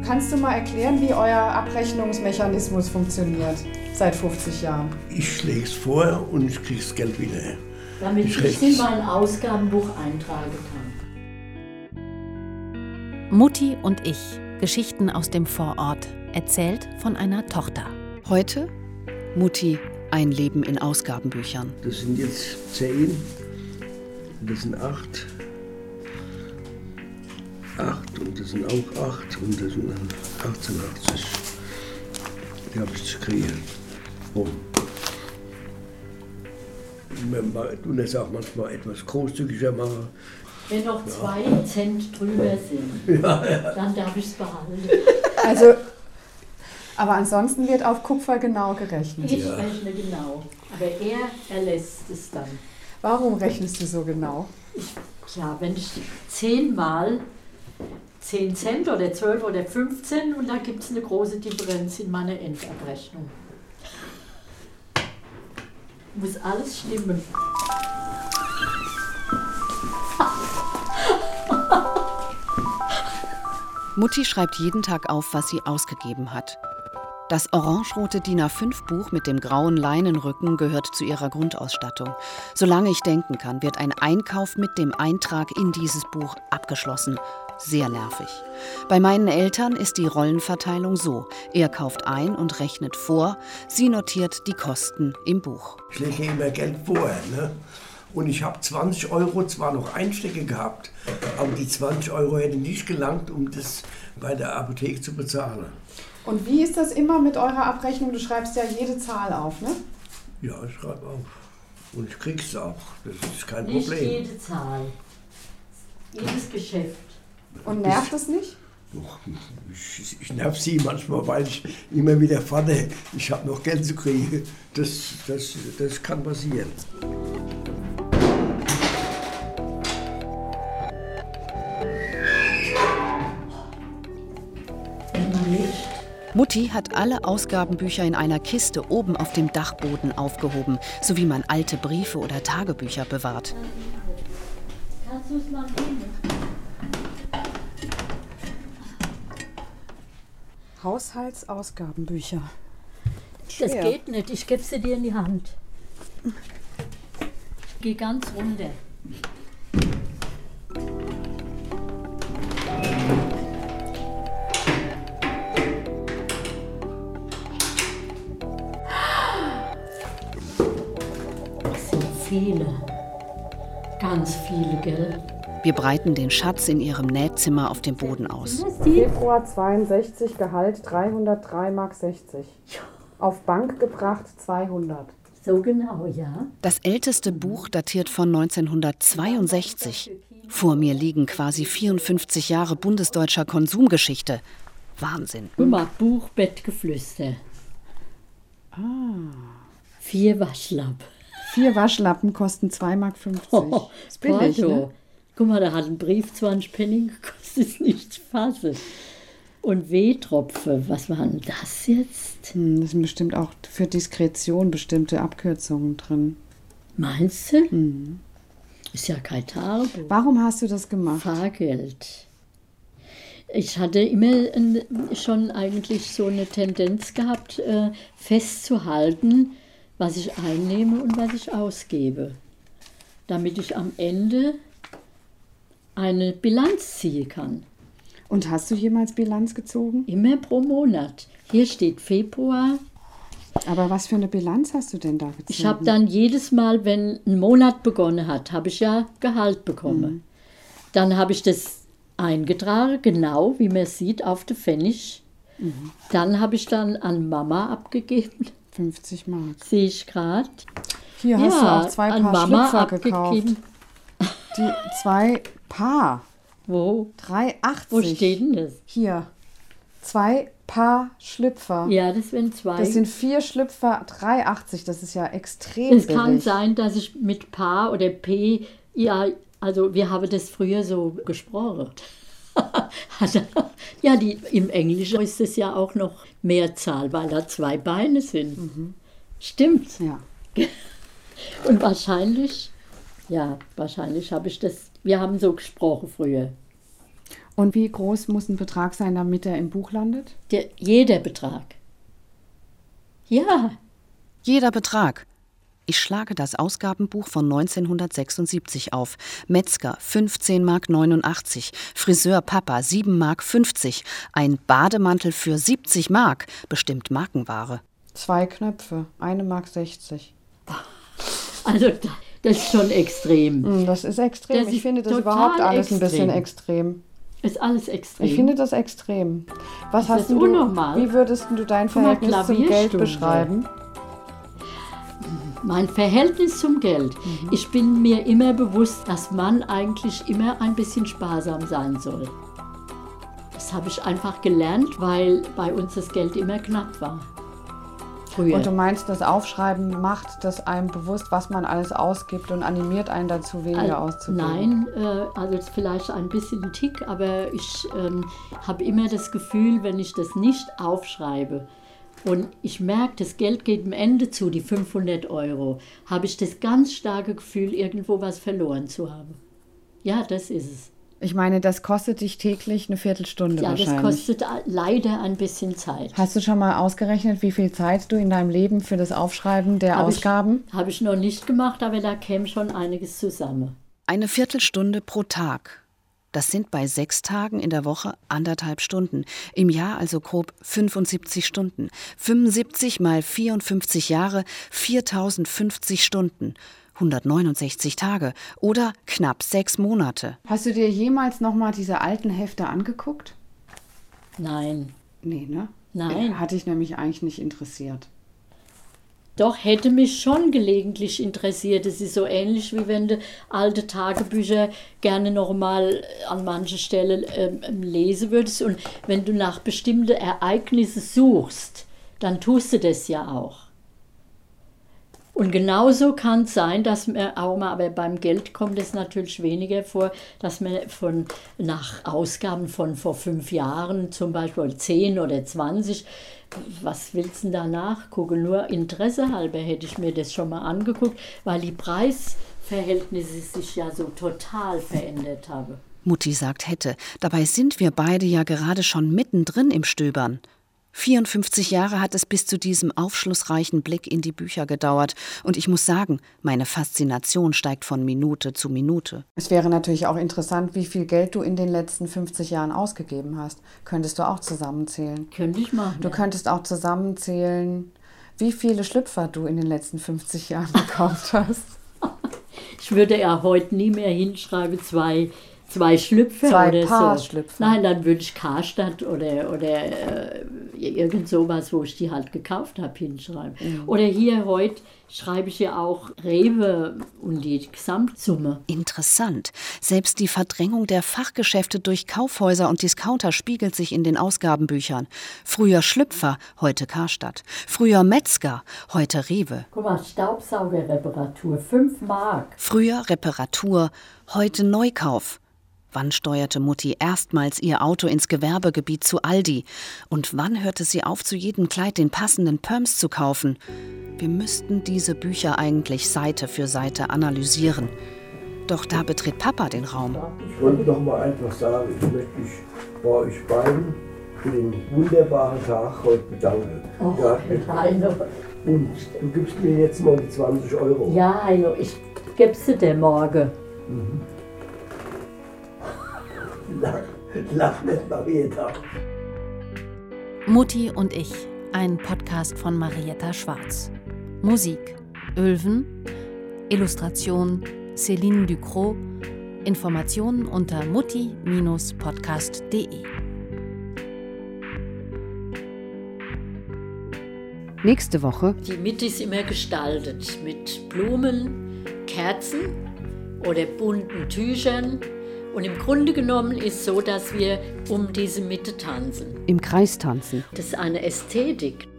Kannst du mal erklären, wie euer Abrechnungsmechanismus funktioniert seit 50 Jahren? Ich schlage es vor und ich kriege das Geld wieder. Damit ich es in mein Ausgabenbuch eintragen kann. Mutti und ich. Geschichten aus dem Vorort. Erzählt von einer Tochter. Heute Mutti, ein Leben in Ausgabenbüchern. Das sind jetzt 10, das sind 8. 8 und das sind auch 8 und das sind dann 1880. Die habe ich zu kriegen. Oh. Wir tun das auch manchmal etwas großzügiger machen. Wenn noch 2 Cent drüber sind, dann darf ich es behalten. Also, aber ansonsten wird auf Kupfer genau gerechnet. Ich rechne genau, aber er erlässt es dann. Warum rechnest du so genau? Wenn ich 10 Mal 10 Cent oder 12 oder 15 und da gibt es eine große Differenz in meiner Endabrechnung. Muss alles stimmen. Mutti schreibt jeden Tag auf, was sie ausgegeben hat. Das orangerote DIN A5-Buch mit dem grauen Leinenrücken gehört zu ihrer Grundausstattung. Solange ich denken kann, wird ein Einkauf mit dem Eintrag in dieses Buch abgeschlossen. Sehr nervig. Bei meinen Eltern ist die Rollenverteilung so. Er kauft ein und rechnet vor, sie notiert die Kosten im Buch. Ich lege immer Geld vor, ne? Und ich habe 20 € zwar noch Einstecke gehabt, aber die 20 € hätten nicht gelangt, um das bei der Apotheke zu bezahlen. Und wie ist das immer mit eurer Abrechnung? Du schreibst ja jede Zahl auf, ne? Ja, ich schreibe auf. Und ich krieg's auch. Das ist kein Nicht Problem. jede Zahl. Jedes Geschäft. Und nervt es nicht? Ich nerv sie manchmal, weil ich immer wieder fahre, ich habe noch Geld zu kriegen. Das kann passieren. Mutti hat alle Ausgabenbücher in einer Kiste oben auf dem Dachboden aufgehoben, so wie man alte Briefe oder Tagebücher bewahrt. Kannst du es mal nehmen? Haushaltsausgabenbücher. Das geht nicht, ich gebe sie dir in die Hand. Geh ganz runter. Das sind viele. Ganz viele, gell? Wir breiten den Schatz in ihrem Nähzimmer auf dem Boden aus. Februar 62, Gehalt 303,60 Mark. Auf Bank gebracht 200. So genau, ja. Das älteste Buch datiert von 1962. Vor mir liegen quasi 54 Jahre bundesdeutscher Konsumgeschichte. Wahnsinn. Guck mal, Buch Bettgeflüster. 4 Waschlappen. 4 Waschlappen kosten 2,50 Mark. Oh, ist billig, ne? Guck mal, da hat ein Brief 20 Pfennig gekostet, ist nicht zu fassen. Und W-Tropfe, was war denn das jetzt? Da sind bestimmt auch für Diskretion bestimmte Abkürzungen drin. Meinst du? Ist ja kein Tagebuch. Warum hast du das gemacht? Fahrgeld. Ich hatte immer schon eigentlich so eine Tendenz gehabt, festzuhalten, was ich einnehme und was ich ausgebe. Damit ich am Ende eine Bilanz ziehen kann. Und hast du jemals Bilanz gezogen? Immer pro Monat. Hier steht Februar. Aber was für eine Bilanz hast du denn da gezogen? Ich habe dann jedes Mal, wenn ein Monat begonnen hat, habe ich ja Gehalt bekommen. Dann habe ich das eingetragen, genau wie man sieht, auf den Pfennig. Dann habe ich dann an Mama abgegeben. 50 Mark. Sehe ich gerade. Hier hast du auch 2 an Paar Mama Schlüpfer abgegeben. gekauft. Die 2 Paar. Wo? 3,80. Wo steht denn das? Hier. 2 Paar Schlüpfer. Ja, das sind 2. Das sind 4 Schlüpfer, 3,80. Das ist ja extrem Es billig. kann sein, dass ich mit Paar oder P, ja, also wir haben das früher so gesprochen. Ja, im Englischen ist es ja auch noch Mehrzahl, weil da 2 Beine sind. Stimmt. Ja. Und wahrscheinlich habe ich das, wir haben so gesprochen früher. Und wie groß muss ein Betrag sein, damit er im Buch landet? Jeder Betrag. Ja. Jeder Betrag. Ich schlage das Ausgabenbuch von 1976 auf. Metzger 15,89 Mark, Friseur Papa 7,50 Mark, ein Bademantel für 70 Mark, bestimmt Markenware. 2 Knöpfe, 1,60 Mark. Also das ist schon extrem. Das ist extrem. Das ich finde das ist überhaupt total alles ein bisschen extrem. Ist alles extrem. Ich finde das extrem. Was Das hast ist du? unnormal. Wie würdest du dein Guck mal, Verhältnis zum Geld Klavierstunde. beschreiben? Mein Verhältnis zum Geld. Ich bin mir immer bewusst, dass man eigentlich immer ein bisschen sparsam sein soll. Das habe ich einfach gelernt, weil bei uns das Geld immer knapp war. Früher. Und du meinst, das Aufschreiben macht das einem bewusst, was man alles ausgibt und animiert einen dazu, weniger auszugeben? Nein, also vielleicht ein bisschen ein Tick, aber ich habe immer das Gefühl, wenn ich das nicht aufschreibe und ich merke, das Geld geht am Ende zu, die 500 €, habe ich das ganz starke Gefühl, irgendwo was verloren zu haben. Ja, das ist es. Ich meine, das kostet dich täglich eine Viertelstunde wahrscheinlich. Ja, das kostet leider ein bisschen Zeit. Hast du schon mal ausgerechnet, wie viel Zeit du in deinem Leben für das Aufschreiben der Ausgaben? Habe ich noch nicht gemacht, aber da käme schon einiges zusammen. Eine Viertelstunde pro Tag. Das sind bei 6 Tagen in der Woche 1,5 Stunden. Im Jahr also grob 75 Stunden. 75 mal 54 Jahre, 4050 Stunden. 169 Tage oder knapp 6 Monate. Hast du dir jemals noch mal diese alten Hefte angeguckt? Nein. Nee, ne? Nein. Hat dich nämlich eigentlich nicht interessiert. Doch, hätte mich schon gelegentlich interessiert. Es ist so ähnlich, wie wenn du alte Tagebücher gerne noch mal an mancher Stelle lesen würdest. Und wenn du nach bestimmten Ereignissen suchst, dann tust du das ja auch. Und genauso kann es sein, dass man auch mal, aber beim Geld kommt es natürlich weniger vor, dass man nach Ausgaben von vor 5 Jahren zum Beispiel, oder 10 oder 20, was willst du denn da nachgucken? Nur Interesse halber hätte ich mir das schon mal angeguckt, weil die Preisverhältnisse sich ja so total verändert haben. Mutti sagt hätte. Dabei sind wir beide ja gerade schon mittendrin im Stöbern. 54 Jahre hat es bis zu diesem aufschlussreichen Blick in die Bücher gedauert. Und ich muss sagen, meine Faszination steigt von Minute zu Minute. Es wäre natürlich auch interessant, wie viel Geld du in den letzten 50 Jahren ausgegeben hast. Könntest du auch zusammenzählen. Könnte ich machen. Du könntest auch zusammenzählen, wie viele Schlüpfer du in den letzten 50 Jahren gekauft hast. Ich würde ja heute nie mehr hinschreiben, zwei Schlüpfer 2 oder Paar so. Schlüpfer. Nein, dann würde ich Karstadt oder irgend sowas, wo ich die halt gekauft habe, hinschreiben. Mhm. Oder hier heute schreibe ich ja auch Rewe und die Gesamtsumme. Interessant. Selbst die Verdrängung der Fachgeschäfte durch Kaufhäuser und Discounter spiegelt sich in den Ausgabenbüchern. Früher Schlüpfer, heute Karstadt. Früher Metzger, heute Rewe. Guck mal, Staubsaugerreparatur, 5 Mark. Früher Reparatur, heute Neukauf. Wann steuerte Mutti erstmals ihr Auto ins Gewerbegebiet zu Aldi? Und wann hörte sie auf, zu jedem Kleid den passenden Pumps zu kaufen? Wir müssten diese Bücher eigentlich Seite für Seite analysieren. Doch da betritt Papa den Raum. Ich wollte noch mal einfach sagen, ich möchte mich bei euch beiden für den wunderbaren Tag heute bedanken. Oh, Ja, Heino. und du gibst mir jetzt mal die 20 €. Ja, Heino, ich gebe sie dir morgen. Lach nicht, Marietta. Mutti und ich, ein Podcast von Marietta Schwarz. Musik Ölven, Illustration Céline Ducrot, Informationen unter mutti-podcast.de. Nächste Woche. Die Mitte ist immer gestaltet mit Blumen, Kerzen oder bunten Tüchern. Und im Grunde genommen ist es so, dass wir um diese Mitte tanzen. Im Kreis tanzen. Das ist eine Ästhetik.